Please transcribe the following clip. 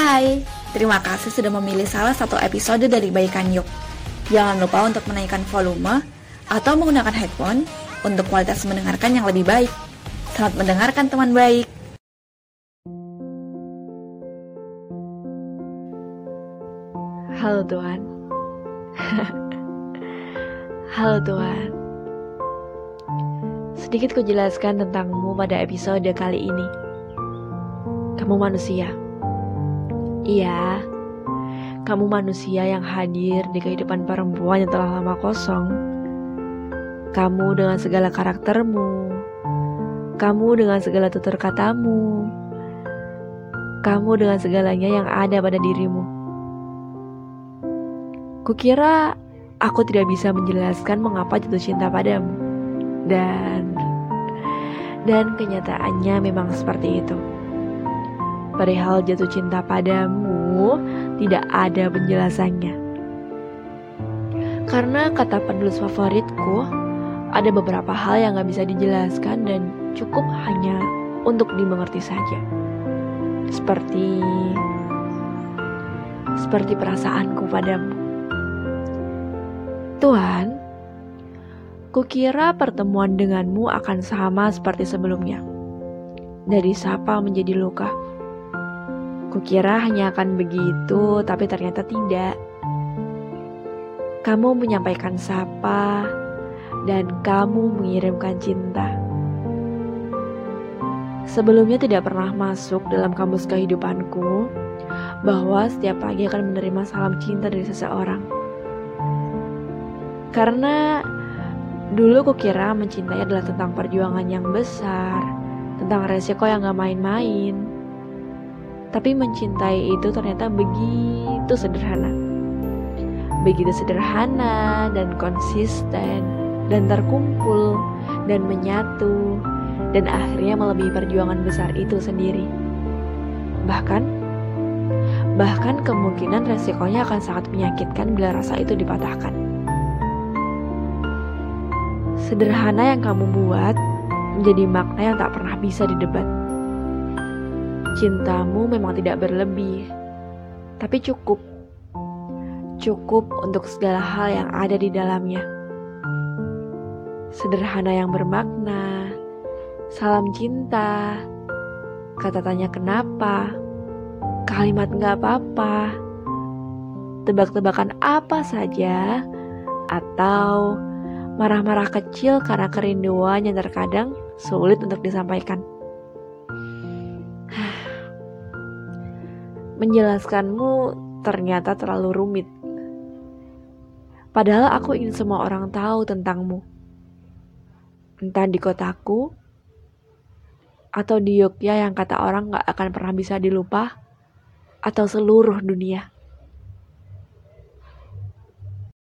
Hai, terima kasih sudah memilih salah satu episode dari Baikan Yuk. Jangan lupa untuk menaikkan volume atau menggunakan headphone untuk kualitas mendengarkan yang lebih baik. Selamat mendengarkan teman baik. Halo Tuhan. Halo Tuhan. Sedikit kujelaskan tentangmu pada episode kali ini. Kamu manusia. Iya, kamu manusia yang hadir di kehidupan perempuan yang telah lama kosong. Kamu dengan segala karaktermu, kamu dengan segala tutur katamu, kamu dengan segalanya yang ada pada dirimu. Kukira aku tidak bisa menjelaskan mengapa jatuh cinta padamu. Dan kenyataannya memang seperti itu. Perihal jatuh cinta padamu tidak ada penjelasannya. Karena kata penulis favoritku, ada beberapa hal yang gak bisa dijelaskan dan cukup hanya untuk dimengerti saja. Seperti perasaanku padamu. Tuhan, kukira pertemuan denganmu akan sama seperti sebelumnya. Dari sapa menjadi luka. Kukira hanya akan begitu, tapi ternyata tidak. Kamu menyampaikan sapa, dan kamu mengirimkan cinta. Sebelumnya tidak pernah masuk dalam kamus kehidupanku, bahwa setiap pagi akan menerima salam cinta dari seseorang. Karena dulu kukira mencintai adalah tentang perjuangan yang besar, tentang resiko yang gak main-main. Tapi mencintai itu ternyata begitu sederhana. Begitu sederhana dan konsisten dan terkumpul dan menyatu dan akhirnya melebihi perjuangan besar itu sendiri. Bahkan kemungkinan resikonya akan sangat menyakitkan bila rasa itu dipatahkan. Sederhana yang kamu buat menjadi makna yang tak pernah bisa didebat. Cintamu memang tidak berlebih, tapi cukup untuk segala hal yang ada di dalamnya. Sederhana yang bermakna, salam cinta, kata tanya kenapa, kalimat gak apa-apa, tebak-tebakan apa saja, atau marah-marah kecil karena kerinduan yang terkadang sulit untuk disampaikan. Menjelaskanmu ternyata terlalu rumit. Padahal aku ingin semua orang tahu tentangmu. Entah di kotaku, atau di Yogyakarta yang kata orang gak akan pernah bisa dilupa, atau seluruh dunia.